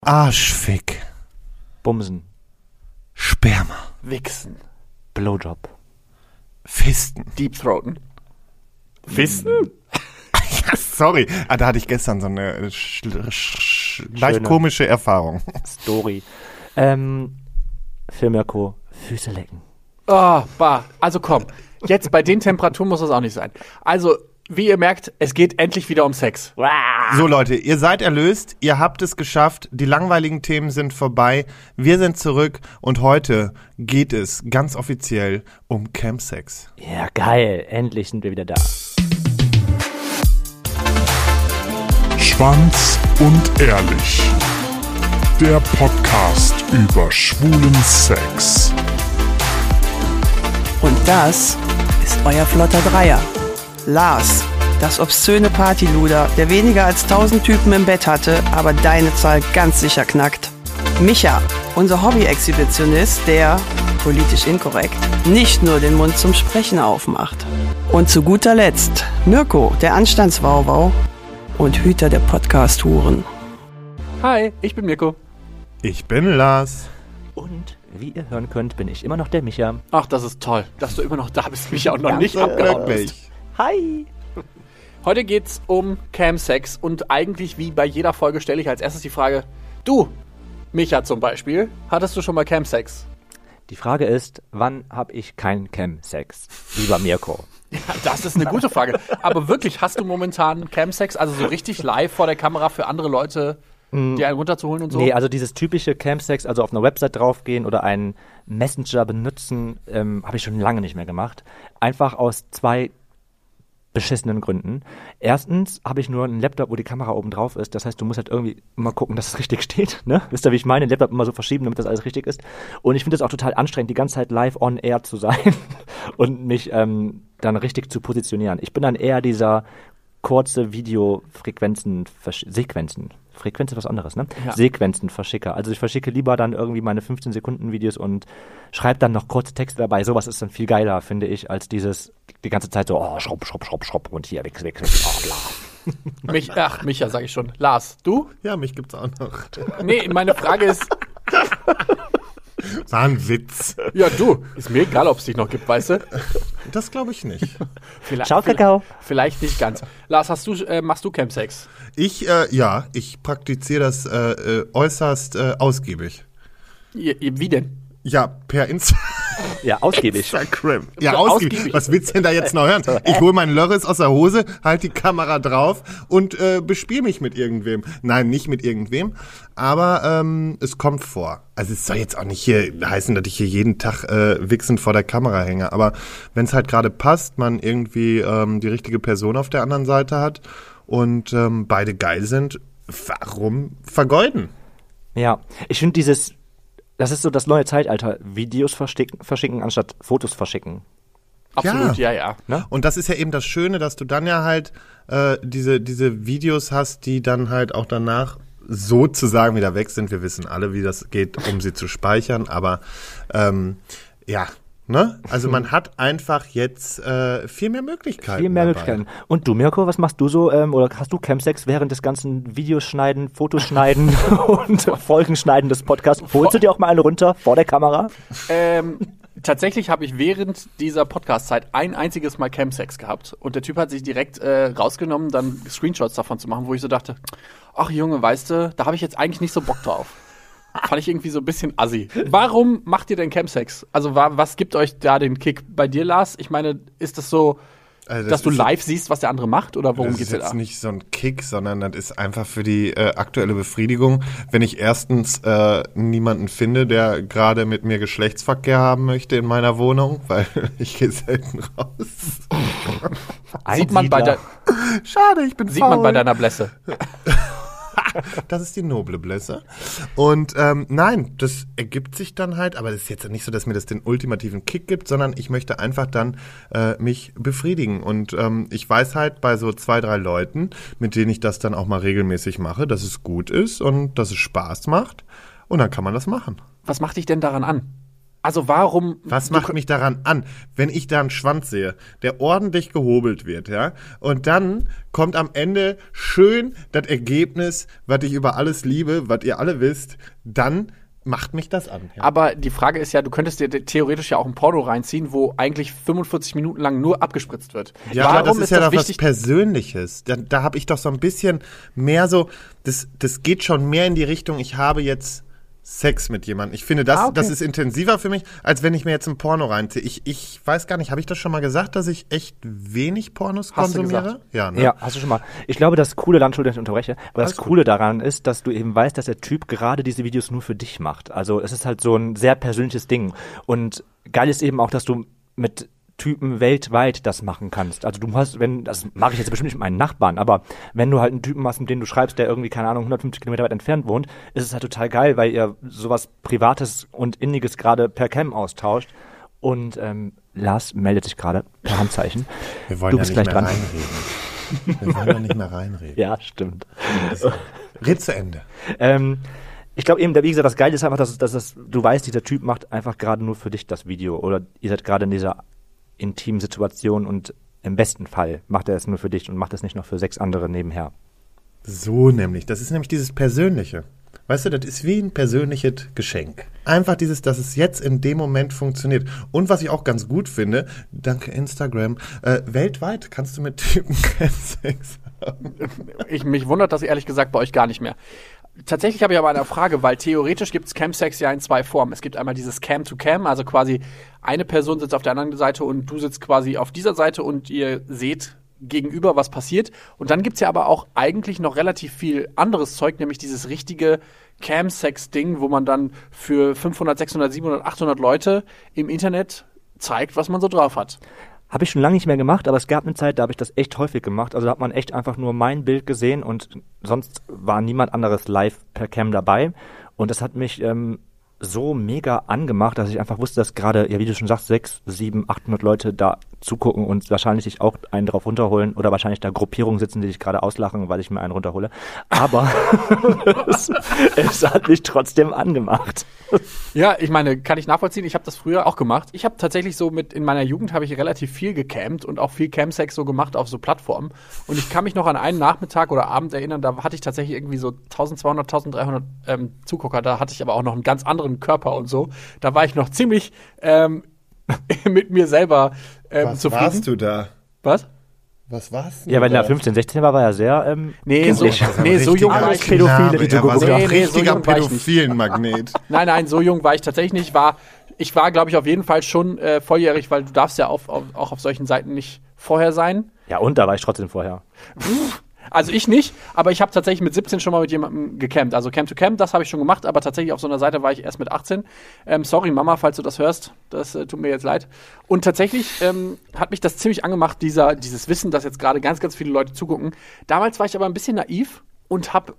Arschfick. Bumsen. Sperma. Wichsen. Blowjob. Fisten. Deepthroaten. Fisten? Ja, sorry. Da hatte ich gestern so eine leicht komische Erfahrung. Story. Für Mirko, Füße lecken. Oh, bah. Also komm, jetzt bei den Temperaturen muss das auch nicht sein. Also, wie ihr merkt, es geht endlich wieder um Sex. So Leute, ihr seid erlöst, ihr habt es geschafft, die langweiligen Themen sind vorbei, wir sind zurück und heute geht es ganz offiziell um Campsex. Ja, geil. Endlich sind wir wieder da. Schwanz und ehrlich. Der Podcast über schwulen Sex. Und das ist euer flotter Dreier. Lars, das obszöne Partyluder, der weniger als 1000 Typen im Bett hatte, aber deine Zahl ganz sicher knackt. Micha, unser Hobby-Exhibitionist, der, politisch inkorrekt, nicht nur den Mund zum Sprechen aufmacht. Und zu guter Letzt Mirko, der Anstandswauwau und Hüter der Podcast-Huren. Hi, ich bin Mirko. Ich bin Lars. Und wie ihr hören könnt, bin ich immer noch der Micha. Ach, das ist toll, dass du immer noch da bist, mich auch noch nicht abgehauen bist. Wirklich. Hi. Heute geht's um Camsex und eigentlich wie bei jeder Folge stelle ich als erstes die Frage, du, Micha zum Beispiel, hattest du schon mal Camsex? Die Frage ist, wann habe ich keinen Cam-Sex? Lieber Mirko. Ja, das ist eine gute Frage. Aber wirklich, hast du momentan Camsex, also so richtig live vor der Kamera für andere Leute, die einen runterzuholen und so? Nee, also dieses typische Camsex, also auf einer Website draufgehen oder einen Messenger benutzen, habe ich schon lange nicht mehr gemacht. Einfach aus zwei beschissenen Gründen. Erstens habe ich nur einen Laptop, wo die Kamera oben drauf ist. Das heißt, du musst halt irgendwie immer gucken, dass es richtig steht. Ne? Wisst ihr, wie ich meine? Den Laptop immer so verschieben, damit das alles richtig ist. Und ich finde es auch total anstrengend, die ganze Zeit live on air zu sein und mich dann richtig zu positionieren. Ich bin dann eher dieser kurze Videofrequenzen, Sequenzen. Frequenz ist was anderes, ne? Ja. Sequenzen verschicke. Also ich verschicke lieber dann irgendwie meine 15-Sekunden-Videos und schreibe dann noch kurze Texte dabei. Sowas ist dann viel geiler, finde ich, als dieses die ganze Zeit so, oh, schropp und hier, weg, oh, bla. Micha, sag ich schon. Lars, du? Ja, mich gibt's auch noch. Nee, meine Frage ist, War ein Witz. ja du, ist mir egal, ob es dich noch gibt, weißt du? Das glaube ich nicht. Ciao, Kakao. Vielleicht nicht ganz. Lars, machst du Campsex? Ich praktiziere das äußerst ausgiebig. Wie denn? Ja, per Ja, ausgiebig. Instagram. Ja, Ausgiebig. ausgiebig. Was willst du denn da jetzt noch hören? Ich hole meinen Lörres aus der Hose, halt die Kamera drauf und bespiel mich mit irgendwem. Nein, nicht mit irgendwem, aber es kommt vor. Also es soll jetzt auch nicht hier heißen, dass ich hier jeden Tag wichsend vor der Kamera hänge, aber wenn es halt gerade passt, man irgendwie die richtige Person auf der anderen Seite hat und beide geil sind, warum vergeuden? Ja, ich finde das ist so das neue Zeitalter, Videos verschicken anstatt Fotos verschicken. Absolut, ja. Ne? Und das ist ja eben das Schöne, dass du dann ja halt diese Videos hast, die dann halt auch danach sozusagen wieder weg sind. Wir wissen alle, wie das geht, um sie zu speichern, aber ne? Also man hat einfach jetzt viel mehr Möglichkeiten. Viel mehr dabei. Möglichkeiten. Und du, Mirko, was machst du so? Oder hast du Campsex während des ganzen Videos schneiden, Fotos schneiden und Folgen schneiden des Podcasts? Holst du dir auch mal eine runter vor der Kamera? Tatsächlich habe ich während dieser Podcast-Zeit ein einziges Mal Campsex gehabt. Und der Typ hat sich direkt rausgenommen, dann Screenshots davon zu machen, wo ich so dachte, ach Junge, weißt du, da habe ich jetzt eigentlich nicht so Bock drauf. Fand ich irgendwie so ein bisschen assi. Warum macht ihr denn Campsex? Also was gibt euch da den Kick? Bei dir, Lars? Ich meine, ist das so, Also dass du live siehst, was der andere macht? Oder worum das geht's ist dir jetzt da? nicht so ein Kick, sondern das ist einfach für die aktuelle Befriedigung. Wenn ich erstens niemanden finde, der gerade mit mir Geschlechtsverkehr haben möchte in meiner Wohnung, weil ich gehe selten raus. Sieht man bei Schade, ich bin Sieht man bei deiner Blässe. Das ist die noble Blässe. Und nein, das ergibt sich dann halt, aber das ist jetzt nicht so, dass mir das den ultimativen Kick gibt, sondern ich möchte einfach dann mich befriedigen. Und ich weiß halt bei so 2, 3 Leuten, mit denen ich das dann auch mal regelmäßig mache, dass es gut ist und dass es Spaß macht. Und dann kann man das machen. Was macht dich denn daran an? Also warum... Was macht mich daran an, wenn ich da einen Schwanz sehe, der ordentlich gehobelt wird, ja? Und dann kommt am Ende schön das Ergebnis, was ich über alles liebe, was ihr alle wisst, dann macht mich das an. Ja. Aber die Frage ist ja, du könntest dir theoretisch ja auch ein Porno reinziehen, wo eigentlich 45 Minuten lang nur abgespritzt wird. Ja, aber das ist ja doch was Persönliches. Da habe ich doch so ein bisschen mehr so, das geht schon mehr in die Richtung, ich habe jetzt Sex mit jemandem. Ich finde, das ist intensiver für mich, als wenn ich mir jetzt ein Porno reinziehe. Ich weiß gar nicht, habe ich das schon mal gesagt, dass ich echt wenig Pornos konsumiere? Ja, ne? Ja, hast du schon mal. Ich glaube, das Coole daran, Entschuldigung, dass ich unterbreche, aber das Coole daran ist, dass du eben weißt, dass der Typ gerade diese Videos nur für dich macht. Also es ist halt so ein sehr persönliches Ding. Und geil ist eben auch, dass du mit Typen weltweit das machen kannst. Also du hast, das mache ich jetzt bestimmt nicht mit meinen Nachbarn, aber wenn du halt einen Typen hast, mit dem du schreibst, der irgendwie, keine Ahnung, 150 Kilometer weit entfernt wohnt, ist es halt total geil, weil ihr sowas Privates und Inniges gerade per Cam austauscht. Und Lars meldet sich gerade per Handzeichen. Wir wollen ja nicht mehr reinreden. Wir wollen ja nicht mehr reinreden. Ja, stimmt. Red zu Ende. Ich glaube eben, wie gesagt, das Geile ist einfach, dass du weißt, dieser Typ macht einfach gerade nur für dich das Video oder ihr seid gerade in dieser intimen Situation und im besten Fall macht er es nur für dich und macht es nicht noch für 6 andere nebenher. So nämlich. Das ist nämlich dieses Persönliche. Weißt du, das ist wie ein persönliches Geschenk. Einfach dieses, dass es jetzt in dem Moment funktioniert. Und was ich auch ganz gut finde, danke Instagram, weltweit kannst du mit Typen Sex haben. Mich wundert das ehrlich gesagt bei euch gar nicht mehr. Tatsächlich habe ich aber eine Frage, weil theoretisch gibt es Camsex ja in 2 Formen. Es gibt einmal dieses Cam-to-Cam, also quasi eine Person sitzt auf der anderen Seite und du sitzt quasi auf dieser Seite und ihr seht gegenüber, was passiert. Und dann gibt es ja aber auch eigentlich noch relativ viel anderes Zeug, nämlich dieses richtige Camsex-Ding, wo man dann für 500, 600, 700, 800 Leute im Internet zeigt, was man so drauf hat. Habe ich schon lange nicht mehr gemacht, aber es gab eine Zeit, da habe ich das echt häufig gemacht. Also da hat man echt einfach nur mein Bild gesehen und sonst war niemand anderes live per Cam dabei. Und das hat mich so mega angemacht, dass ich einfach wusste, dass gerade, ja wie du schon sagst, 600, 700, 800 Leute da zugucken und wahrscheinlich sich auch einen drauf runterholen oder wahrscheinlich da Gruppierungen sitzen, die sich gerade auslachen, weil ich mir einen runterhole. Aber es hat mich trotzdem angemacht. Ja, ich meine, kann ich nachvollziehen. Ich habe das früher auch gemacht. Ich habe tatsächlich so in meiner Jugend habe ich relativ viel gecampt und auch viel Camsex so gemacht auf so Plattformen. Und ich kann mich noch an einen Nachmittag oder Abend erinnern, da hatte ich tatsächlich irgendwie so 1200, 1300 Zugucker. Da hatte ich aber auch noch einen ganz anderen Körper und so. Da war ich noch ziemlich mit mir selber Was zufrieden. warst du da? Was? Was war's? Ja, wenn er 15, 16 war er sehr so jung war ich Pädophile, die Er war so ein so richtiger jung war ich nicht. pädophilen Magnet. Nein, so jung war ich tatsächlich nicht. Ich war, glaube ich, auf jeden Fall schon volljährig, weil du darfst ja auch auf solchen Seiten nicht vorher sein. Ja, und da war ich trotzdem vorher. Also ich nicht, aber ich habe tatsächlich mit 17 schon mal mit jemandem gecampt. Also Cam to Cam, das habe ich schon gemacht, aber tatsächlich auf so einer Seite war ich erst mit 18. Sorry Mama, falls du das hörst, das tut mir jetzt leid. Und tatsächlich hat mich das ziemlich angemacht, dieses Wissen, dass jetzt gerade ganz, ganz viele Leute zugucken. Damals war ich aber ein bisschen naiv und habe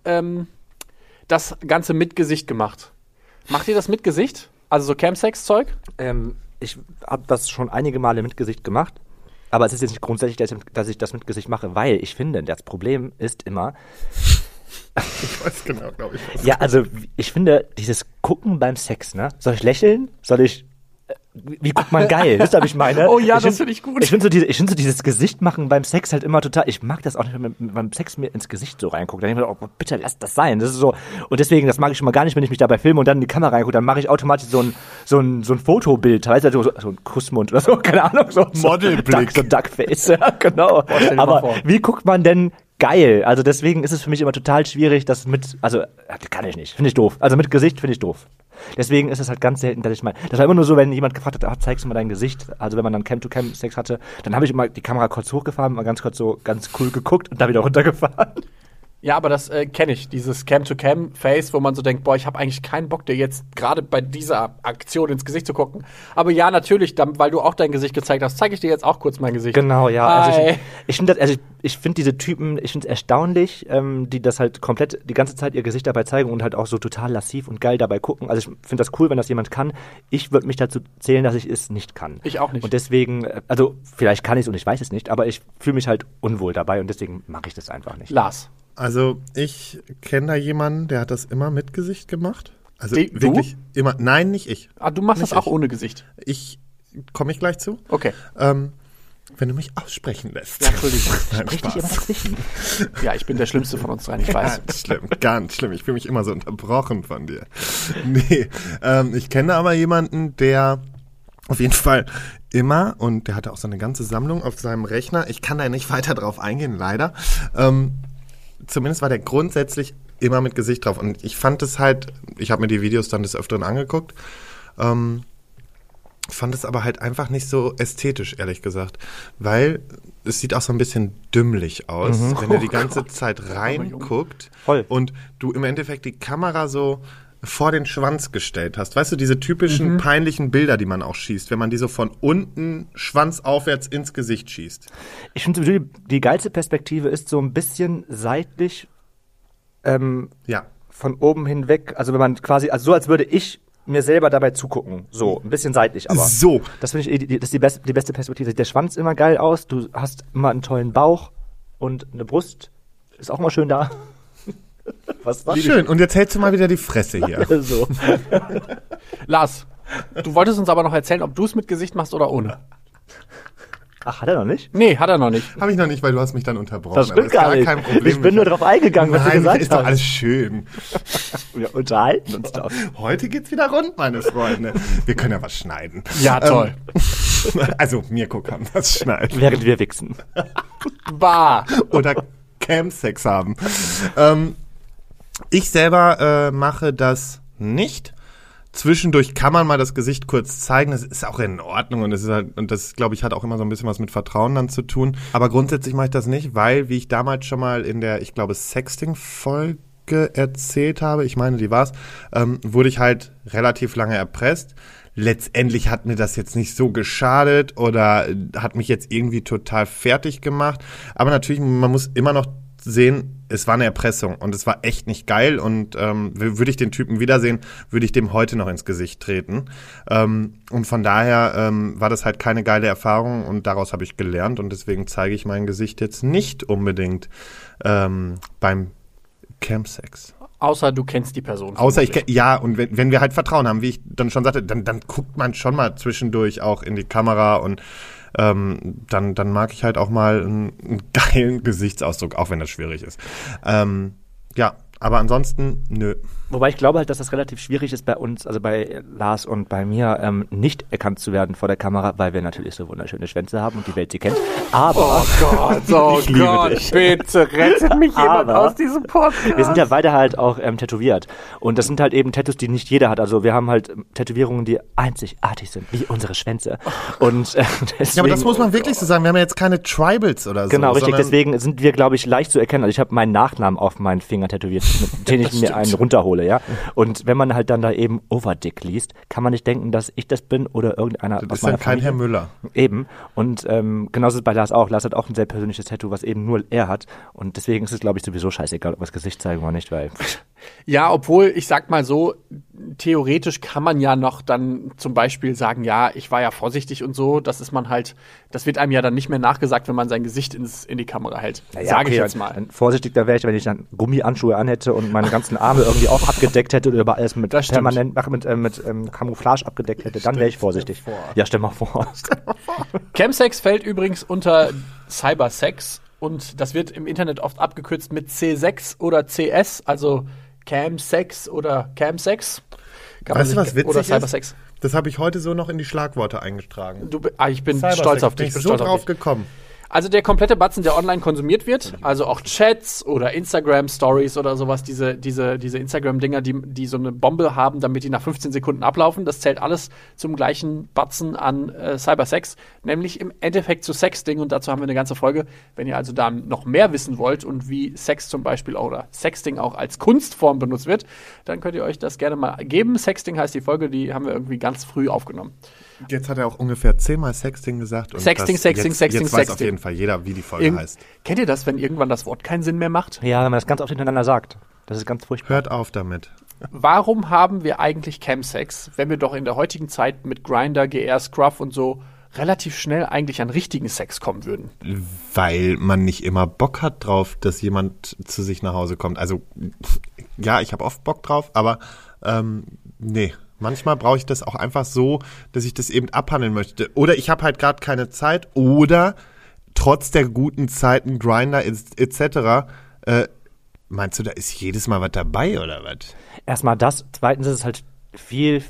das Ganze mit Gesicht gemacht. Macht ihr das mit Gesicht? Also so Camsex-Zeug? Ich habe das schon einige Male mit Gesicht gemacht. Aber es ist jetzt nicht grundsätzlich, dass ich das mit Gesicht mache, weil ich finde, das Problem ist immer... Ich weiß genau, glaube ich. Ja, also ich finde, dieses Gucken beim Sex, ne? Soll ich lächeln? Wie guckt man geil? Wisst ihr, was ich meine? Oh ja, das finde ich gut. Ich finde so dieses Gesicht machen beim Sex halt immer total, ich mag das auch nicht, wenn man beim Sex mir ins Gesicht so reinguckt. Dann denke ich mir, oh, bitte lass das sein. Das ist so, und deswegen, das mag ich schon mal gar nicht, wenn ich mich dabei filme und dann in die Kamera reingucke, dann mache ich automatisch so ein Fotobild, weißt du, so ein Kussmund oder so, keine Ahnung, so Modelblick. So Duckface, ja, genau. Aber wie guckt man denn geil? Also deswegen ist es für mich immer total schwierig, das kann ich nicht, finde ich doof. Also mit Gesicht finde ich doof. Deswegen ist es halt ganz selten, das war immer nur so, wenn jemand gefragt hat, zeigst du mal dein Gesicht, also wenn man dann Cam-to-Cam-Sex hatte, dann habe ich immer die Kamera kurz hochgefahren, mal ganz kurz so ganz cool geguckt und dann wieder runtergefahren. Ja, aber das kenne ich, dieses Cam-to-Cam-Face, wo man so denkt, boah, ich habe eigentlich keinen Bock, dir jetzt gerade bei dieser Aktion ins Gesicht zu gucken. Aber ja, natürlich, weil du auch dein Gesicht gezeigt hast, zeige ich dir jetzt auch kurz mein Gesicht. Genau, ja. Hi. Also ich finde diese Typen, ich finde es erstaunlich, die das halt komplett die ganze Zeit ihr Gesicht dabei zeigen und halt auch so total lassiv und geil dabei gucken. Also ich finde das cool, wenn das jemand kann. Ich würde mich dazu zählen, dass ich es nicht kann. Ich auch nicht. Und deswegen, also vielleicht kann ich es und ich weiß es nicht, aber ich fühle mich halt unwohl dabei und deswegen mache ich das einfach nicht. Lars. Also ich kenne da jemanden, der hat das immer mit Gesicht gemacht. Also Du? wirklich immer. Nein, nicht ich. Ah, du machst Nicht das auch ich. ohne Gesicht. Komme ich gleich zu. Okay. Wenn du mich aussprechen lässt. Ja, Entschuldigung. Nein, Sprich dich immer Spaß. dazwischen. Ja, ich bin der Schlimmste von uns dreien, ich weiß. Ganz schlimm, ganz schlimm. Ich fühle mich immer so unterbrochen von dir. Nee, ich kenne aber jemanden, der auf jeden Fall immer, und der hatte auch so eine ganze Sammlung auf seinem Rechner. Ich kann da nicht weiter drauf eingehen, leider. Zumindest war der grundsätzlich immer mit Gesicht drauf. Und ich fand es halt, ich habe mir die Videos dann des Öfteren angeguckt, fand es aber halt einfach nicht so ästhetisch, ehrlich gesagt. Weil es sieht auch so ein bisschen dümmlich aus, wenn er die ganze Zeit reinguckt Voll. und du im Endeffekt die Kamera so vor den Schwanz gestellt hast. Weißt du, diese typischen peinlichen Bilder, die man auch schießt, wenn man die so von unten schwanzaufwärts ins Gesicht schießt. Ich finde, die geilste Perspektive ist so ein bisschen seitlich Ja. von oben hinweg. Also wenn man quasi, also so als würde ich mir selber dabei zugucken. So, ein bisschen seitlich, aber. So. Das finde ich, das ist die beste Perspektive. Sieht der Schwanz immer geil aus, du hast immer einen tollen Bauch und eine Brust ist auch immer schön da. Was war Schön. Und jetzt hältst du mal wieder die Fresse hier. So. Lars, du wolltest uns aber noch erzählen, ob du es mit Gesicht machst oder ohne. Ach, hat er noch nicht? Nee, hat er noch nicht. Habe ich noch nicht, weil du hast mich dann unterbrochen. Das stimmt Aber ist gar nicht. Kein Problem. Ich bin nur drauf eingegangen, was du Nein, gesagt ist doch hast. alles schön. Wir unterhalten uns doch. Heute geht's wieder rund, meine Freunde. Wir können ja was schneiden. Ja, toll. Also, Mirko kann was schneiden. Während wir wichsen. Bah. Oder Campsex haben. Ich selber mache das nicht. Zwischendurch kann man mal das Gesicht kurz zeigen. Das ist auch in Ordnung und das ist halt, und das, glaube ich, hat auch immer so ein bisschen was mit Vertrauen dann zu tun. Aber grundsätzlich mache ich das nicht, weil, wie ich damals schon mal in der, ich glaube, Sexting-Folge erzählt habe, ich meine, die war's, wurde ich halt relativ lange erpresst. Letztendlich hat mir das jetzt nicht so geschadet oder hat mich jetzt irgendwie total fertig gemacht. Aber natürlich, man muss immer noch sehen, es war eine Erpressung und es war echt nicht geil und würde ich den Typen wiedersehen, würde ich dem heute noch ins Gesicht treten. Und von daher war das halt keine geile Erfahrung und daraus habe ich gelernt und deswegen zeige ich mein Gesicht jetzt nicht unbedingt beim Campsex. Außer du kennst die Person. Außer vermutlich. ja, und wenn wir halt Vertrauen haben, wie ich dann schon sagte, dann guckt man schon mal zwischendurch auch in die Kamera und dann mag ich halt auch mal einen geilen Gesichtsausdruck, auch wenn das schwierig ist. Ja, aber ansonsten, nö. Wobei ich glaube halt, dass das relativ schwierig ist bei uns, also bei Lars und bei mir, nicht erkannt zu werden vor der Kamera, weil wir natürlich so wunderschöne Schwänze haben und die Welt sie kennt. Aber Oh Ich liebe Gott, dich. bitte rettet mich jemand Aber aus diesem Podcast. wir sind ja beide halt auch tätowiert. Und das sind halt eben Tattoos, die nicht jeder hat. Also wir haben halt Tätowierungen, die einzigartig sind, wie unsere Schwänze. Und deswegen, Ja, aber das muss man wirklich so sagen. Wir haben ja jetzt keine Tribals oder so. Genau, richtig. sondern- Deswegen sind wir, glaube ich, leicht zu erkennen. Also ich habe meinen Nachnamen auf meinen Finger tätowiert, mit den ich mir einen runterhole, ja. Und wenn man halt dann da eben Overdick liest, kann man nicht denken, dass ich das bin oder irgendeiner Das aus ist meiner dann kein Familie. Herr Müller. Eben. Und genauso ist es bei Lars auch. Lars hat auch ein sehr persönliches Tattoo, was eben nur er hat. Und deswegen ist es, glaube ich, sowieso scheißegal, ob wir das Gesicht zeigen oder nicht, weil Ja, obwohl, ich sag mal so, theoretisch kann man ja noch dann zum Beispiel sagen, ja, ich war ja vorsichtig und so, das ist man halt, das wird einem ja dann nicht mehr nachgesagt, wenn man sein Gesicht in die Kamera hält. Sage ich jetzt mal. Dann vorsichtiger wäre ich, wenn ich dann Gummihandschuhe anhätte und meine ganzen Arme irgendwie auch abgedeckt hätte oder über alles mit Das stimmt. mit Camouflage abgedeckt hätte, dann wäre ich vorsichtig. Ja, stell mal vor. Chemsex fällt übrigens unter Cybersex und das wird im Internet oft abgekürzt mit C6 oder CS, also Camsex oder Camsex. Kann man Weißt du, was sich- witzig Oder Cybersex. ist? Das habe ich heute so noch in die Schlagworte eingetragen. Ich bin Cybersex, stolz auf bin dich. ich bin so stolz auf drauf dich. gekommen. Also der komplette Batzen, der online konsumiert wird, also auch Chats oder Instagram-Stories oder sowas, diese Instagram-Dinger, die so eine Bombe haben, damit die nach 15 Sekunden ablaufen, das zählt alles zum gleichen Batzen an Cybersex, nämlich im Endeffekt zu Sexting und dazu haben wir eine ganze Folge. Wenn ihr also da noch mehr wissen wollt und wie Sex zum Beispiel oder Sexting auch als Kunstform benutzt wird, dann könnt ihr euch das gerne mal geben. Sexting heißt die Folge, die haben wir irgendwie ganz früh aufgenommen. Jetzt hat er auch ungefähr 10-mal Sexting gesagt. Und Sexting, das, Sexting, jetzt, Sexting, Jetzt weiß auf Sexting. jeden Fall jeder, wie die Folge heißt. Kennt ihr das, wenn irgendwann das Wort keinen Sinn mehr macht? Ja, wenn man das ganz oft hintereinander sagt. Das ist ganz furchtbar. Hört auf damit. Warum haben wir eigentlich Chemsex, wenn wir doch in der heutigen Zeit mit Grindr, GR, Scruff und so relativ schnell eigentlich an richtigen Sex kommen würden? Weil man nicht immer Bock hat drauf, dass jemand zu sich nach Hause kommt. Also, ja, ich habe oft Bock drauf, aber Nee. Manchmal brauche ich das auch einfach so, dass ich das eben abhandeln möchte. Oder ich habe halt gerade keine Zeit oder trotz der guten Zeiten, Grindr etc. Meinst du, da ist jedes Mal was dabei oder was? Erstmal das. Zweitens ist es halt viel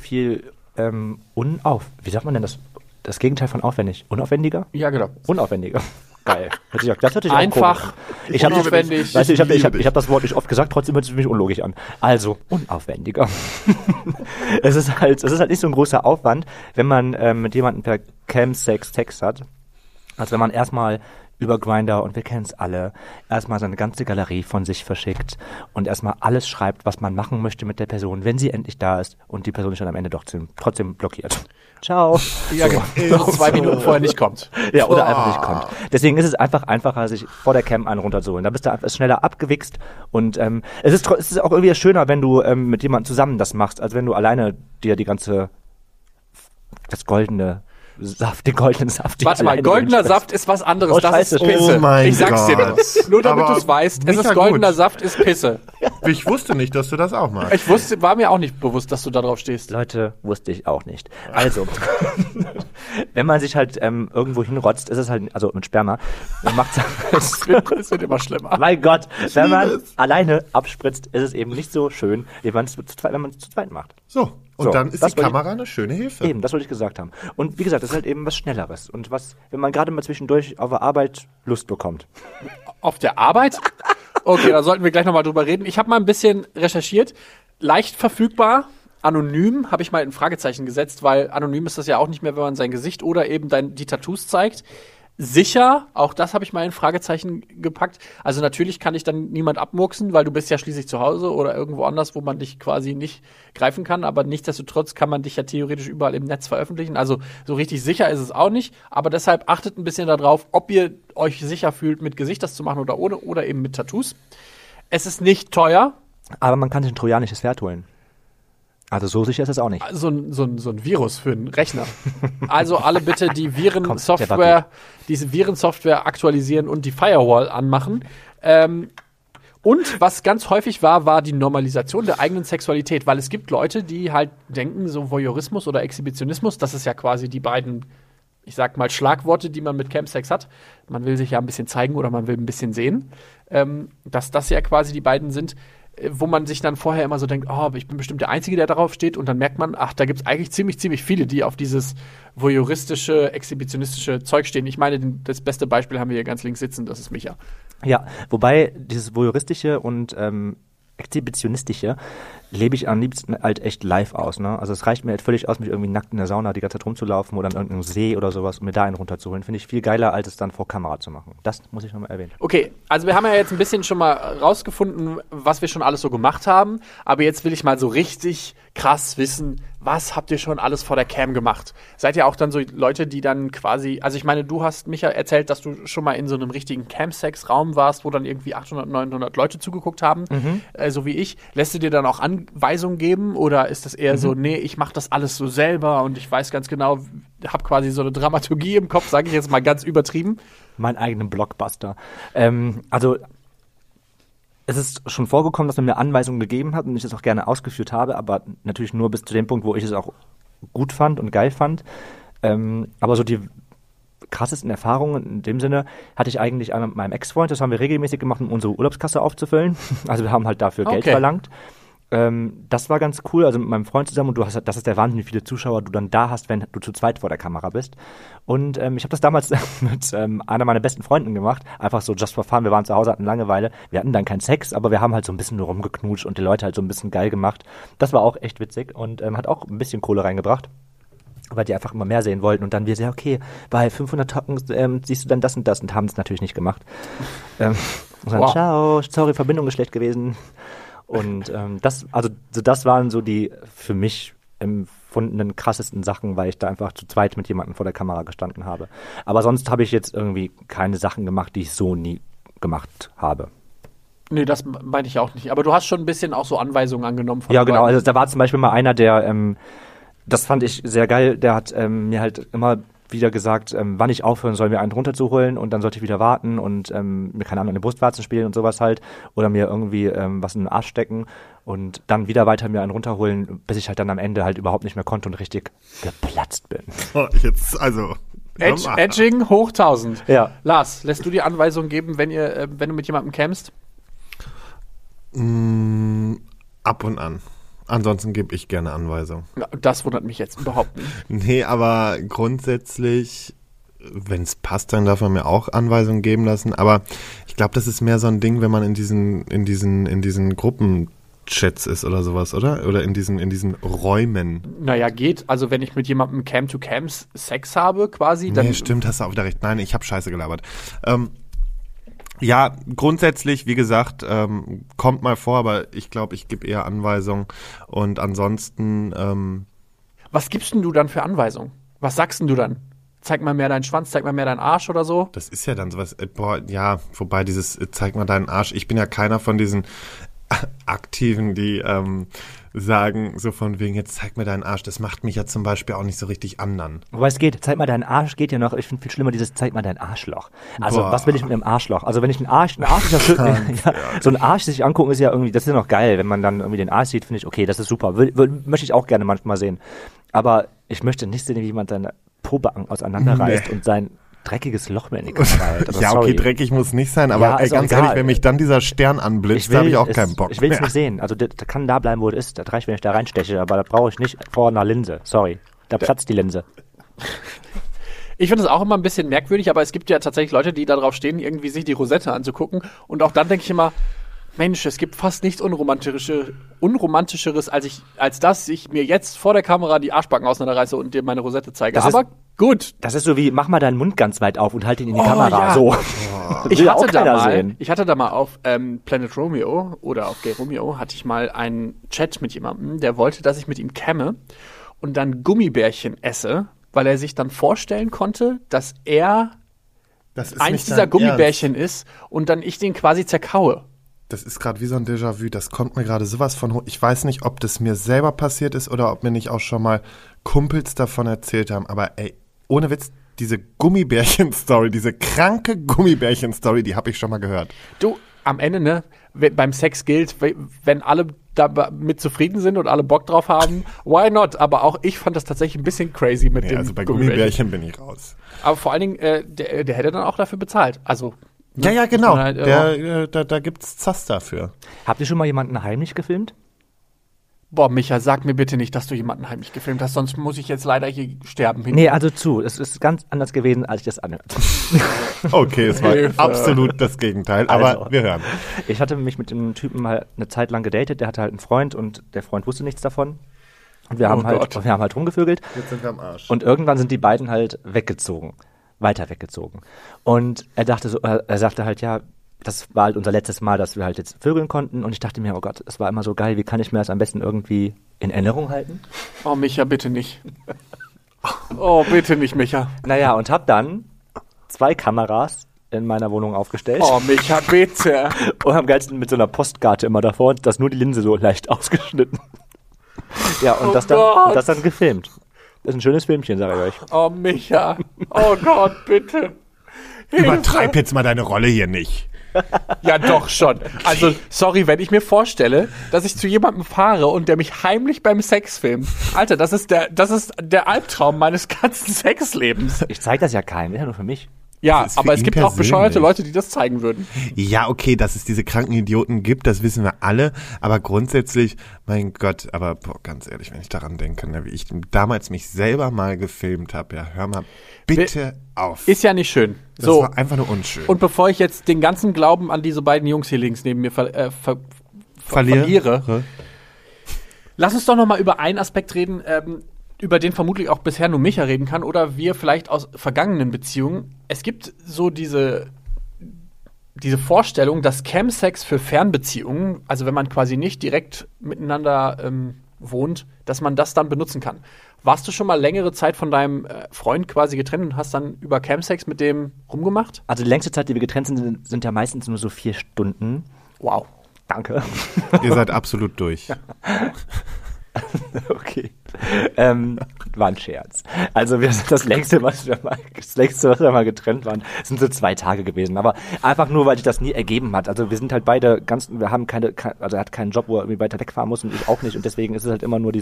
wie sagt man denn das? Das Gegenteil von aufwendig. Unaufwendiger? Ja, genau. Unaufwendiger. Geil. Das hört sich Einfach, auch ich habe aufwendig. Weißt du, ich hab das Wort nicht oft gesagt, trotzdem hört es mich unlogisch an. Also, unaufwendiger. Es ist halt nicht so ein großer Aufwand, wenn man mit jemandem per Chemsex Sex hat, als wenn man erstmal über Grindr, und wir kennen es alle, erstmal seine ganze Galerie von sich verschickt und erstmal alles schreibt, was man machen möchte mit der Person, wenn sie endlich da ist und die Person ist dann am Ende doch trotzdem blockiert. Ciao. Ja, genau. Noch 2 Minuten vorher nicht kommt. Ja, oder einfach nicht kommt. Deswegen ist es einfach einfacher, sich vor der Cam einen runterzuholen. Da bist du einfach schneller abgewichst und es ist auch irgendwie schöner, wenn du mit jemandem zusammen das machst, als wenn du alleine dir den goldenen Saft. Warte mal, goldener Saft ist was anderes. Oh, das Scheiße. ist Pisse. Oh mein ich sag's dir Gott. nicht. Nur damit Aber du es weißt. Es Micha, ist goldener gut. Saft, ist Pisse. Ich wusste nicht, dass du das auch machst. War mir auch nicht bewusst, dass du da drauf stehst. Leute, wusste ich auch nicht. Also, wenn man sich halt irgendwo hinrotzt, ist es halt, also mit Sperma, man macht Es wird immer schlimmer. mein Gott, wenn man alleine abspritzt, ist es eben nicht so schön, wenn man es zu zweit macht. So, und So, dann ist das die wollte ich- Kamera eine schöne Hilfe. Eben, das wollte ich gesagt haben. Und wie gesagt, das ist halt eben was Schnelleres. Und was, wenn man gerade mal zwischendurch auf der Arbeit Lust bekommt. Auf der Arbeit? Okay, da sollten wir gleich nochmal drüber reden. Ich habe mal ein bisschen recherchiert. Leicht verfügbar, anonym, habe ich mal ein Fragezeichen gesetzt, weil anonym ist das ja auch nicht mehr, wenn man sein Gesicht oder eben die Tattoos zeigt. Sicher, auch das habe ich mal in Fragezeichen gepackt. Also natürlich kann ich dann niemand abmurksen, weil du bist ja schließlich zu Hause oder irgendwo anders, wo man dich quasi nicht greifen kann. Aber nichtsdestotrotz kann man dich ja theoretisch überall im Netz veröffentlichen. Also so richtig sicher ist es auch nicht. Aber deshalb achtet ein bisschen darauf, ob ihr euch sicher fühlt, mit Gesicht das zu machen oder ohne oder eben mit Tattoos. Es ist nicht teuer. Aber man kann sich ein trojanisches Pferd holen. Also so sicher ist es auch nicht. So ein Virus für einen Rechner. Also alle bitte die der war Virensoftware, diese Virensoftware aktualisieren und die Firewall anmachen. Und was ganz häufig war die Normalisation der eigenen Sexualität, weil es gibt Leute, die halt denken, so Voyeurismus oder Exhibitionismus, das ist ja quasi die beiden, ich sag mal, Schlagworte, die man mit Chemsex hat. Man will sich ja ein bisschen zeigen oder man will ein bisschen sehen, dass das ja quasi die beiden sind, wo man sich dann vorher immer so denkt, oh, ich bin bestimmt der Einzige, der darauf steht, und dann merkt man, ach, da gibt's eigentlich ziemlich viele, die auf dieses voyeuristische, exhibitionistische Zeug stehen. Ich meine, das beste Beispiel haben wir hier ganz links sitzen, das ist Micha. Ja, wobei dieses voyeuristische und exhibitionistische lebe ich am liebsten halt echt live aus, ne? Also es reicht mir halt völlig aus, mich irgendwie nackt in der Sauna die ganze Zeit rumzulaufen oder an irgendeinem See oder sowas und mir da einen runterzuholen. Finde ich viel geiler, als es dann vor Kamera zu machen. Das muss ich nochmal erwähnen. Okay, also wir haben ja jetzt ein bisschen schon mal rausgefunden, was wir schon alles so gemacht haben, aber jetzt will ich mal so richtig krass wissen, was habt ihr schon alles vor der Cam gemacht? Seid ihr auch dann so Leute, die dann quasi, also ich meine, du hast, Micha, erzählt, dass du schon mal in so einem richtigen Camsex-Raum warst, wo dann irgendwie 800, 900 Leute zugeguckt haben, so wie ich. Lässt du dir dann auch Anweisungen geben oder ist das eher so, nee, ich mache das alles so selber und ich weiß ganz genau, habe quasi so eine Dramaturgie im Kopf, sage ich jetzt mal ganz übertrieben? Meinen eigenen Blockbuster. Also es ist schon vorgekommen, dass man mir Anweisungen gegeben hat und ich das auch gerne ausgeführt habe, aber natürlich nur bis zu dem Punkt, wo ich es auch gut fand und geil fand. Aber so die krassesten Erfahrungen in dem Sinne hatte ich eigentlich einmal mit meinem Ex-Freund, das haben wir regelmäßig gemacht, um unsere Urlaubskasse aufzufüllen. Also wir haben halt dafür Geld verlangt. Das war ganz cool, also mit meinem Freund zusammen, und das ist der Wahnsinn, wie viele Zuschauer du dann da hast, wenn du zu zweit vor der Kamera bist. Und ich habe das damals mit einer meiner besten Freunden gemacht, einfach so just for fun. Wir waren zu Hause, hatten Langeweile, wir hatten dann keinen Sex, aber wir haben halt so ein bisschen nur rumgeknutscht und die Leute halt so ein bisschen geil gemacht. Das war auch echt witzig und hat auch ein bisschen Kohle reingebracht, weil die einfach immer mehr sehen wollten. Und dann wir so, okay, bei 500 Tocken siehst du dann das und das, und haben es natürlich nicht gemacht. Und dann, ciao, sorry, Verbindung ist schlecht gewesen. Und das waren so die für mich empfundenen krassesten Sachen, weil ich da einfach zu zweit mit jemandem vor der Kamera gestanden habe. Aber sonst habe ich jetzt irgendwie keine Sachen gemacht, die ich so nie gemacht habe. Nee, das meine ich auch nicht. Aber du hast schon ein bisschen auch so Anweisungen angenommen von Ja, genau. Leuten. Also da war zum Beispiel mal einer, der, das fand ich sehr geil, der hat mir halt immer wieder gesagt, wann ich aufhören soll, mir einen runterzuholen und dann sollte ich wieder warten und mir keine Ahnung, eine Brustwarze spielen und sowas halt oder mir irgendwie was in den Arsch stecken und dann wieder weiter mir einen runterholen, bis ich halt dann am Ende halt überhaupt nicht mehr konnte und richtig geplatzt bin. Oh, jetzt, also... Edging hoch 1000. Ja. Lars, lässt du dir Anweisungen geben, wenn du mit jemandem campst? Ab und an. Ansonsten gebe ich gerne Anweisungen. Ja, das wundert mich jetzt überhaupt nicht. Nee, aber grundsätzlich, wenn es passt, dann darf man mir auch Anweisungen geben lassen. Aber ich glaube, das ist mehr so ein Ding, wenn man in diesen Gruppenchats ist oder sowas, oder? Oder in diesen Räumen. Naja, geht. Also wenn ich mit jemandem Cam-to-Cam Sex habe quasi, dann... Nee, stimmt, hast du auch wieder recht. Nein, ich habe Scheiße gelabert. Ja, grundsätzlich, wie gesagt, kommt mal vor, aber ich glaube, ich gebe eher Anweisungen. Und ansonsten... Was gibst denn du dann für Anweisungen? Was sagst denn du dann? Zeig mal mehr deinen Schwanz, zeig mal mehr deinen Arsch oder so? Das ist ja dann sowas, wobei dieses zeig mal deinen Arsch, ich bin ja keiner von diesen Aktiven, die sagen so von wegen, jetzt zeig mir deinen Arsch, das macht mich ja zum Beispiel auch nicht so richtig an. Wobei es geht, zeig mal deinen Arsch geht ja noch, ich finde viel schlimmer dieses zeig mal dein Arschloch. Also Boah. was will ich mit einem Arschloch? Also wenn ich ein Arsch ist ja schön, ja, so ein Arsch sich angucken ist ja irgendwie, das ist ja noch geil, wenn man dann irgendwie den Arsch sieht, finde ich, okay, das ist super, möchte ich auch gerne manchmal sehen. Aber ich möchte nicht sehen, wie jemand seine Pobacken auseinanderreißt und sein dreckiges Loch mir in die Kamera hält. Also, Ja, okay, sorry. dreckig muss nicht sein, aber Ja, ist auch ganz egal. ehrlich, wenn mich dann dieser Stern anblitzt, da habe ich auch keinen Bock Ich will es mehr. nicht sehen. Also der kann da bleiben, wo es ist. Das reicht, wenn ich da reinsteche, aber da brauche ich nicht vor einer Linse. Sorry. Da platzt die Linse. Ich finde es auch immer ein bisschen merkwürdig, aber es gibt ja tatsächlich Leute, die darauf stehen, irgendwie sich die Rosette anzugucken. Und auch dann denke ich immer, Mensch, es gibt fast nichts Unromantischeres, als dass ich mir jetzt vor der Kamera die Arschbacken auseinanderreiße und dir meine Rosette zeige. Das Aber gut. Das ist so wie, mach mal deinen Mund ganz weit auf und halt ihn in die Oh, Kamera. ja. So. Das will ja auch keiner sehen. Ich hatte da mal auf Planet Romeo oder auf Gay Romeo hatte ich mal einen Chat mit jemandem, der wollte, dass ich mit ihm camme und dann Gummibärchen esse, weil er sich dann vorstellen konnte, dass er Das ist eins nicht dieser dein Gummibärchen ist und dann ich den quasi zerkaue. Das ist gerade wie so ein Déjà-vu, das kommt mir gerade sowas von hoch. Ich weiß nicht, ob das mir selber passiert ist oder ob mir nicht auch schon mal Kumpels davon erzählt haben, aber ey, ohne Witz, diese Gummibärchen-Story, diese kranke Gummibärchen-Story, die habe ich schon mal gehört. Du, am Ende, ne, beim Sex gilt, wenn alle damit zufrieden sind und alle Bock drauf haben, why not? Aber auch ich fand das tatsächlich ein bisschen crazy mit Nee, dem also bei Gummibärchen. Gummibärchen bin ich raus. Aber vor allen Dingen, der hätte dann auch dafür bezahlt. Also, ne, Ja, genau, muss man halt, da gibt's Zass dafür. Habt ihr schon mal jemanden heimlich gefilmt? boah, Micha, sag mir bitte nicht, dass du jemanden heimlich gefilmt hast, sonst muss ich jetzt leider hier sterben. Nee, also es ist ganz anders gewesen, als ich das anhörte. Okay, es war Hilfe. absolut das Gegenteil, aber Also. wir hören. Ich hatte mich mit dem Typen mal eine Zeit lang gedatet, der hatte halt einen Freund und der Freund wusste nichts davon. Und wir haben Gott. halt rumgevögelt. Jetzt sind wir am Arsch. Und irgendwann sind die beiden halt weiter weggezogen. Und er sagte halt, ja, das war halt unser letztes Mal, dass wir halt jetzt vögeln konnten. Und ich dachte mir, oh Gott, es war immer so geil, wie kann ich mir das am besten irgendwie in Erinnerung halten? Oh, Micha, bitte nicht. Oh, bitte nicht, Micha. Naja, und hab dann 2 Kameras in meiner Wohnung aufgestellt. Oh, Micha, bitte. Und am geilsten mit so einer Postkarte immer davor und das nur die Linse so leicht ausgeschnitten. Ja, und Oh das Gott. dann gefilmt. Das ist ein schönes Filmchen, sage ich euch. Oh, Micha. Oh Gott, bitte. Übertreib jetzt mal deine Rolle hier nicht. Ja, doch schon. Also, sorry, wenn ich mir vorstelle, dass ich zu jemandem fahre und der mich heimlich beim Sex filmt. Alter, das ist der Albtraum meines ganzen Sexlebens. Ich zeige das ja keinem, ist ja nur für mich. Ja, Das ist für aber es ihn gibt auch bescheuerte persönlich. Leute, die das zeigen würden. Ja, okay, dass es diese kranken Idioten gibt, das wissen wir alle. Aber grundsätzlich, mein Gott, aber boah, ganz ehrlich, wenn ich daran denke, ne, wie ich damals mich selber mal gefilmt habe, ja, hör mal bitte auf. Ist ja nicht schön. Das So, war einfach nur unschön. und bevor ich jetzt den ganzen Glauben an diese beiden Jungs hier links neben mir verliere, lass uns doch noch mal über einen Aspekt reden, über den vermutlich auch bisher nur Micha reden kann oder wir vielleicht aus vergangenen Beziehungen. Es gibt so diese Vorstellung, dass Chemsex für Fernbeziehungen, also wenn man quasi nicht direkt miteinander wohnt, dass man das dann benutzen kann. Warst du schon mal längere Zeit von deinem Freund quasi getrennt und hast dann über Chemsex mit dem rumgemacht? Also die längste Zeit, die wir getrennt sind ja meistens nur so 4 Stunden. Wow. Danke. Ihr seid absolut durch. Okay. war ein Scherz. Also das längste, was wir mal getrennt waren, sind so 2 Tage gewesen. Aber einfach nur, weil sich das nie ergeben hat. Also wir sind halt beide wir haben also er hat keinen Job, wo er irgendwie weiter wegfahren muss und ich auch nicht. Und deswegen ist es halt immer nur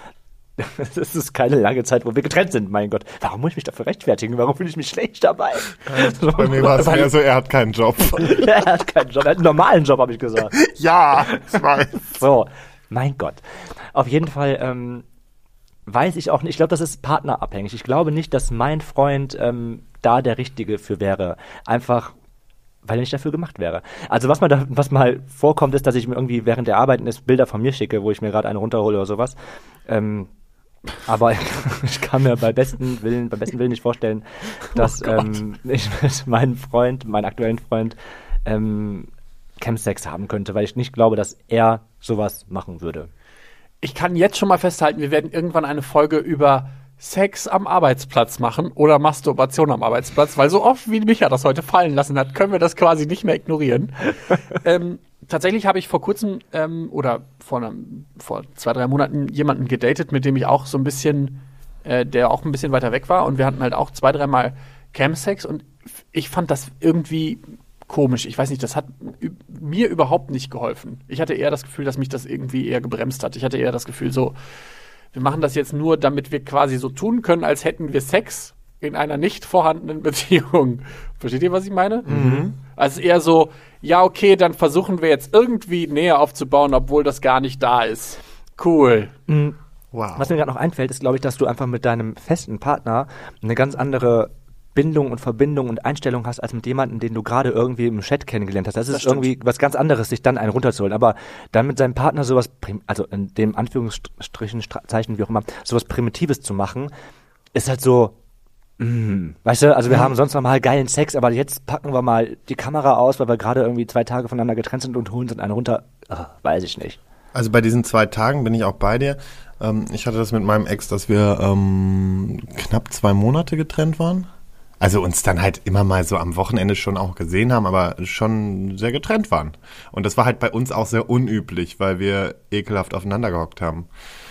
es ist keine lange Zeit, wo wir getrennt sind, mein Gott. Warum muss ich mich dafür rechtfertigen? Warum fühle ich mich schlecht dabei? Bei mir war es eher so, er hat keinen Job. Er hat keinen Job, er hat einen normalen Job, habe ich gesagt. Ja, ich weiß. So, mein Gott. Auf jeden Fall weiß ich auch nicht, ich glaube, das ist partnerabhängig. Ich glaube nicht, dass mein Freund da der Richtige für wäre. Einfach, weil er nicht dafür gemacht wäre. Also was mal vorkommt, ist, dass ich mir irgendwie während der Arbeiten Bilder von mir schicke, wo ich mir gerade eine runterhole oder sowas. Aber ich kann mir beim besten Willen nicht vorstellen, dass ich mit meinem aktuellen Freund, Chemsex haben könnte, weil ich nicht glaube, dass er sowas machen würde. Ich kann jetzt schon mal festhalten, wir werden irgendwann eine Folge über Sex am Arbeitsplatz machen oder Masturbation am Arbeitsplatz, weil so oft wie Micha das heute fallen lassen hat, können wir das quasi nicht mehr ignorieren. Tatsächlich habe ich vor kurzem oder vor 2-3 Monaten jemanden gedatet, mit dem ich auch so ein bisschen, der auch ein bisschen weiter weg war und wir hatten halt auch 2-3 Mal Chemsex und ich fand das irgendwie komisch. Ich weiß nicht, das hat mir überhaupt nicht geholfen. Ich hatte eher das Gefühl, dass mich das irgendwie eher gebremst hat. Ich hatte eher das Gefühl so, wir machen das jetzt nur, damit wir quasi so tun können, als hätten wir Sex in einer nicht vorhandenen Beziehung. Versteht ihr, was ich meine? Mhm. Also eher so, ja, okay, dann versuchen wir jetzt irgendwie Nähe aufzubauen, obwohl das gar nicht da ist. Cool. Mhm. Wow. Was mir gerade noch einfällt, ist, glaube ich, dass du einfach mit deinem festen Partner eine ganz andere Bindung und Verbindung und Einstellung hast, als mit jemandem, den du gerade irgendwie im Chat kennengelernt hast. Das ist irgendwie was ganz anderes, sich dann einen runterzuholen. Aber dann mit seinem Partner sowas, also in dem Anführungsstrichen, Zeichen, wie auch immer, sowas Primitives zu machen, ist halt so, weißt du, also wir haben sonst noch mal geilen Sex, aber jetzt packen wir mal die Kamera aus, weil wir gerade irgendwie 2 Tage voneinander getrennt sind und holen uns einen runter. Ach, weiß ich nicht. Also bei diesen 2 Tagen bin ich auch bei dir. Ich hatte das mit meinem Ex, dass wir knapp 2 Monate getrennt waren. Also uns dann halt immer mal so am Wochenende schon auch gesehen haben, aber schon sehr getrennt waren. Und das war halt bei uns auch sehr unüblich, weil wir ekelhaft aufeinander gehockt haben.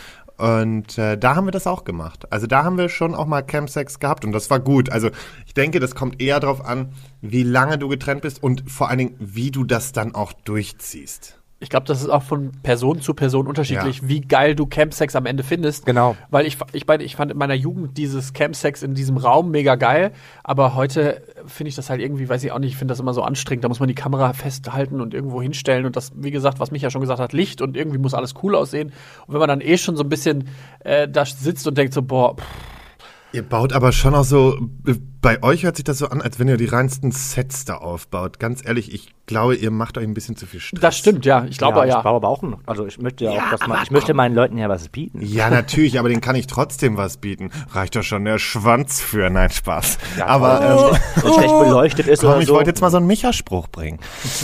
Und da haben wir das auch gemacht. Also da haben wir schon auch mal Chemsex gehabt und das war gut. Also ich denke, das kommt eher darauf an, wie lange du getrennt bist und vor allen Dingen, wie du das dann auch durchziehst. Ich glaube, das ist auch von Person zu Person unterschiedlich, wie geil du Campsex am Ende findest. Genau. Weil ich fand in meiner Jugend dieses Campsex in diesem Raum mega geil, aber heute finde ich das halt irgendwie, weiß ich auch nicht, ich finde das immer so anstrengend. Da muss man die Kamera festhalten und irgendwo hinstellen und das, wie gesagt, was Micha schon gesagt hat, Licht und irgendwie muss alles cool aussehen. Und wenn man dann schon so ein bisschen da sitzt und denkt so, boah, Ihr baut aber schon auch so, bei euch hört sich das so an, als wenn ihr die reinsten Sets da aufbaut. Ganz ehrlich, ich glaube, ihr macht euch ein bisschen zu viel Stress. Das stimmt, ja. Ich glaube, ja. Ich baue aber auch noch. Also ich möchte ich möchte meinen Leuten ja was bieten. Ja, natürlich, aber denen kann ich trotzdem was bieten. Reicht doch schon der Schwanz für. Nein, Spaß. Ja, aber schlecht beleuchtet ist oder so. Ich wollte jetzt mal so einen Micha-Spruch bringen.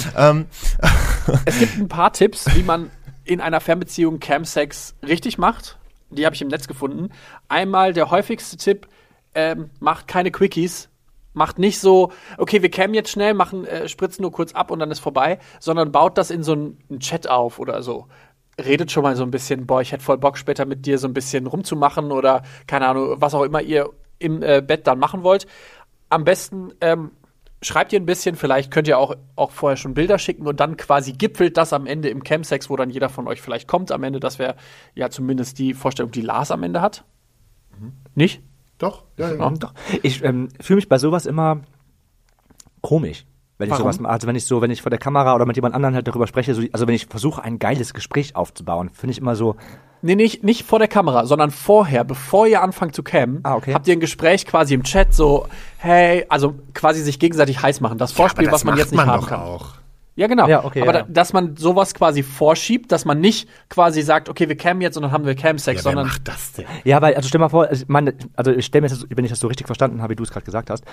Es gibt ein paar Tipps, wie man in einer Fernbeziehung Campsex richtig macht. Die habe ich im Netz gefunden. Einmal der häufigste Tipp, macht keine Quickies. Macht nicht so, okay, wir cammen jetzt schnell, spritzen nur kurz ab und dann ist vorbei, sondern baut das in so einen Chat auf oder so. Redet schon mal so ein bisschen, boah, ich hätte voll Bock später mit dir so ein bisschen rumzumachen oder keine Ahnung, was auch immer ihr im Bett dann machen wollt. Am besten schreibt ihr ein bisschen, vielleicht könnt ihr auch vorher schon Bilder schicken und dann quasi gipfelt das am Ende im Campsex, wo dann jeder von euch vielleicht kommt am Ende. Das wäre ja zumindest die Vorstellung, die Lars am Ende hat. Nicht? Doch, ja. Doch. Ich fühle mich bei sowas immer komisch. Wenn ich sowas mache, also wenn ich vor der Kamera oder mit jemand anderem halt darüber spreche, also wenn ich versuche, ein geiles Gespräch aufzubauen, finde ich immer so. Nee, nicht vor der Kamera, sondern vorher, bevor ihr anfangt zu cammen, okay. Habt ihr ein Gespräch quasi im Chat, so, hey, also quasi sich gegenseitig heiß machen. Das Vorspiel, ja, das was man jetzt nicht haben kann. Auch. Ja, genau. Ja, okay, aber dass man sowas quasi vorschiebt, dass man nicht quasi sagt, okay, wir cammen jetzt und dann haben wir Campsex, sondern. Wer macht das denn? Ja, weil, also stell mal vor, ich stell mir das, wenn ich das so richtig verstanden habe, wie du es gerade gesagt hast,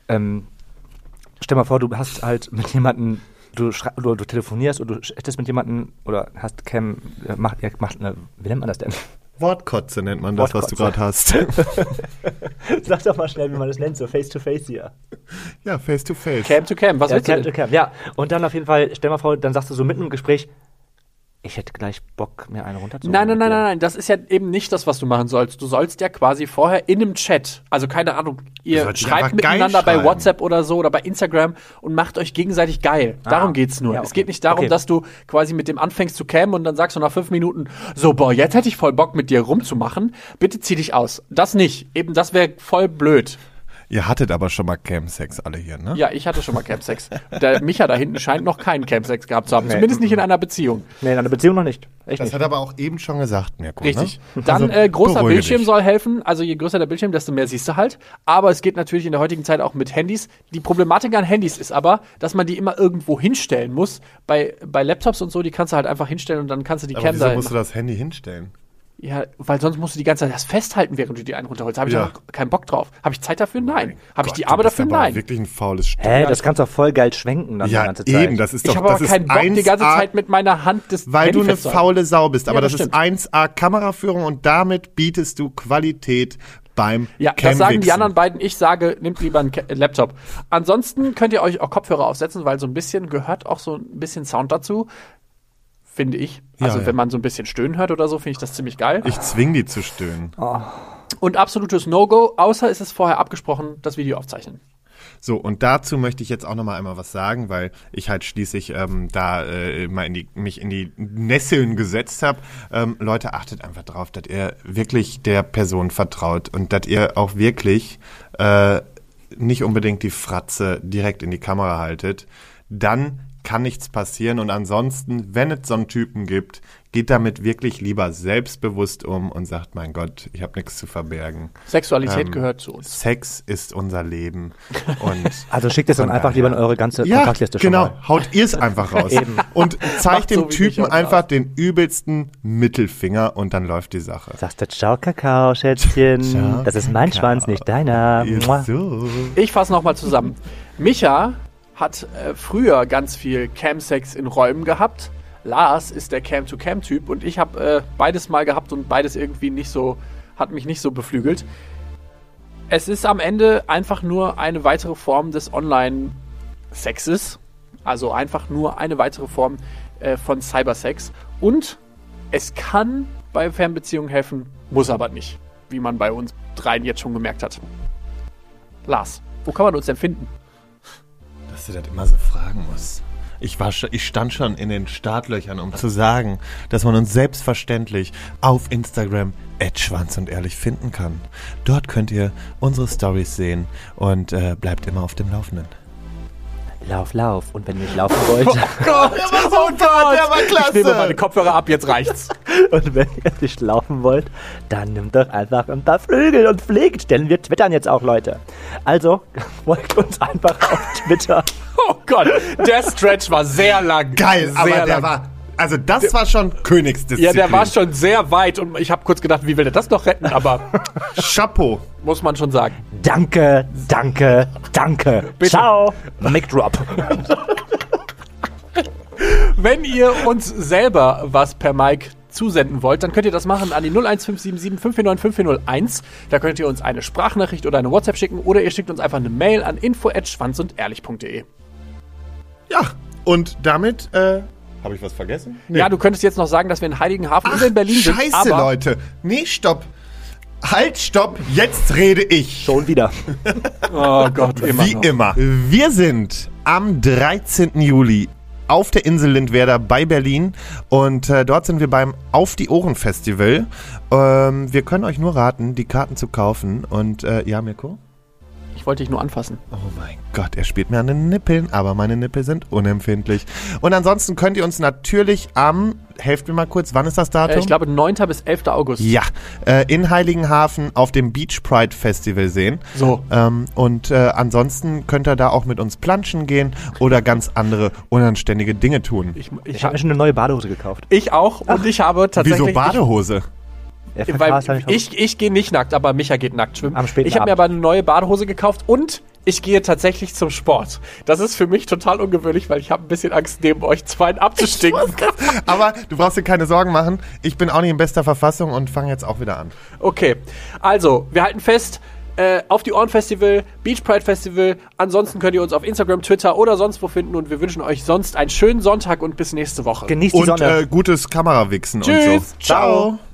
stell mal vor, du hast halt mit jemandem, du telefonierst und du chattest mit jemandem oder hast wie nennt man das denn? Wortkotze nennt man das, was du gerade hast. Sag doch mal schnell, wie man das nennt, so face-to-face hier. Ja, face-to-face. Cam to Cam, was willst du denn? Ja, und dann auf jeden Fall, stell mal vor, dann sagst du so mitten im Gespräch, Ich hätte gleich Bock, mir eine runterzuholen. Nein. Das ist ja eben nicht das, was du machen sollst. Du sollst ja quasi vorher in einem Chat, also keine Ahnung, ihr sollst dich schreibt einfach geil miteinander bei schreiben. WhatsApp oder so oder bei Instagram und macht euch gegenseitig geil. Darum geht's nur. Ja, okay. Es geht nicht darum, Okay. dass du quasi mit dem anfängst zu cammen und dann sagst du nach 5 Minuten, so, boah, jetzt hätte ich voll Bock, mit dir rumzumachen. Bitte zieh dich aus. Das nicht. Eben, das wäre voll blöd. Ihr hattet aber schon mal Camsex alle hier, ne? Ja, ich hatte schon mal Campsex. Der Micha da hinten scheint noch keinen Campsex gehabt zu haben. Zumindest nicht in einer Beziehung. Nee, in einer Beziehung noch nicht. Echt Das nicht. hat aber auch eben schon gesagt, Mirko. Richtig. Ne? Dann Also, großer beruhige Bildschirm dich. soll helfen. Also je größer der Bildschirm, desto mehr siehst du halt. Aber es geht natürlich in der heutigen Zeit auch mit Handys. Die Problematik an Handys ist aber, dass man die immer irgendwo hinstellen muss. Bei Laptops und so, die kannst du halt einfach hinstellen und dann kannst du die Aber Cam wieso da musst du das Handy hinstellen? Ja, weil sonst musst du die ganze Zeit das festhalten, während du die einen runterholst. Habe ich Ja. doch keinen Bock drauf. Habe ich Zeit dafür? Nein. Habe ich Gott, die Arme du bist dafür? aber Nein. wirklich ein faules Stück. Hä, das kannst du auch voll geil schwenken dann die Ja, ganze Zeit. eben, das ist doch Ich habe aber das keinen ist Bock, die ganze 1A, Zeit mit meiner Hand das weil Handy du eine festzuhalten. faule Sau bist. Aber Ja, das das ist 1A Kameraführung und damit bietest du Qualität beim Ja, das sagen die Camwichsen. anderen beiden. Ich sage, nehmt lieber einen Laptop. Ansonsten könnt ihr euch auch Kopfhörer aufsetzen, weil so ein bisschen gehört auch so ein bisschen Sound dazu, finde ich. Also ja. wenn man so ein bisschen Stöhnen hört oder so, finde ich das ziemlich geil. Ich zwing die zu stöhnen. Und absolutes No-Go, außer es ist vorher abgesprochen, das Video aufzeichnen. So, und dazu möchte ich jetzt auch noch mal einmal was sagen, weil ich halt schließlich mal mich in die Nesseln gesetzt habe. Leute, achtet einfach drauf, dass ihr wirklich der Person vertraut und dass ihr auch wirklich nicht unbedingt die Fratze direkt in die Kamera haltet. Dann kann nichts passieren und ansonsten, wenn es so einen Typen gibt, geht damit wirklich lieber selbstbewusst um und sagt, mein Gott, ich habe nichts zu verbergen. Sexualität gehört zu uns. Sex ist unser Leben. Und Also schickt es dann von einfach daher- lieber in eure ganze ja, Kontaktliste schon genau. mal. Haut ihr es einfach raus. Eben. Und zeigt Macht so, dem wie Typen ich auch einfach darf. den übelsten Mittelfinger und dann läuft die Sache. Sagst du Ciao, Kakao, Schätzchen. Ciao, Das ist mein Kakao. Schwanz, nicht deiner. Mua. So. Ich fasse nochmal zusammen. Micha hat früher ganz viel Camsex in Räumen gehabt. Lars ist der Cam-to-Cam-Typ und ich habe beides mal gehabt und beides irgendwie hat mich nicht so beflügelt. Es ist am Ende einfach nur eine weitere Form des Online-Sexes. Also einfach nur eine weitere Form von Cybersex. Und es kann bei Fernbeziehungen helfen, muss aber nicht. Wie man bei uns dreien jetzt schon gemerkt hat. Lars, wo kann man uns denn finden? Dass du das immer so fragen musst. Ich stand schon in den Startlöchern, um zu sagen, dass man uns selbstverständlich auf Instagram @schwanzundehrlich finden kann. Dort könnt ihr unsere Stories sehen und bleibt immer auf dem Laufenden. Lauf, lauf. Und wenn ihr nicht laufen wollt Gott, der war klasse. Ich nehme meine Kopfhörer ab, jetzt reicht's. und wenn ihr nicht laufen wollt, dann nimmt doch einfach ein paar Flügel und fliegt. Denn wir twittern jetzt auch, Leute. Also folgt uns einfach auf Twitter. Oh Gott, der Stretch war sehr lang. Geil, sehr aber der lang. war, also das war schon Königsdisziplin. Ja, der war schon sehr weit und ich habe kurz gedacht, wie will der das noch retten, aber Chapeau. muss man schon sagen. Danke, danke, danke. Bitte. Ciao. Mic drop. Wenn ihr uns selber was per Mic zusenden wollt, dann könnt ihr das machen an die 01577 549 5401. Da könnt ihr uns eine Sprachnachricht oder eine WhatsApp schicken oder ihr schickt uns einfach eine Mail an info@schwanzundehrlich.de. Ja, und damit, habe ich was vergessen? Nee. Ja, du könntest jetzt noch sagen, dass wir in Heiligenhafen und in Berlin sind, Scheiße, aber Leute. Nee, stopp. Halt, stopp. Jetzt rede ich. Schon wieder. oh Gott, Wie immer. Wir sind am 13. Juli auf der Insel Lindwerder bei Berlin und dort sind wir beim Auf die Ohren Festival. Wir können euch nur raten, die Karten zu kaufen und ja, Mirko? Ich wollte dich nur anfassen. Oh mein Gott, er spielt mir an den Nippeln, aber meine Nippel sind unempfindlich. Und ansonsten könnt ihr uns natürlich helft mir mal kurz, wann ist das Datum? Ich glaube 9. bis 11. August. Ja, in Heiligenhafen auf dem Beach Pride Festival sehen. So. Und ansonsten könnt ihr da auch mit uns planschen gehen oder ganz andere unanständige Dinge tun. Ich habe mir schon eine neue Badehose gekauft. Ich auch und ich habe tatsächlich... Wieso Badehose? Ja, Weil verpasst, ich gehe nicht nackt, aber Micha geht nackt schwimmen. Am späten Ich habe mir Abend. aber eine neue Badehose gekauft und ich gehe tatsächlich zum Sport. Das ist für mich total ungewöhnlich, weil ich habe ein bisschen Angst, neben euch zwei abzustinken. Aber du brauchst dir keine Sorgen machen. Ich bin auch nicht in bester Verfassung und fange jetzt auch wieder an. Okay, also, wir halten fest, Auf die Ohren Festival, Beach Pride Festival. Ansonsten könnt ihr uns auf Instagram, Twitter oder sonst wo finden und wir wünschen euch sonst einen schönen Sonntag und bis nächste Woche. Genießt die Sonne. Und gutes Kamerawichsen und Tschüss. so. Ciao.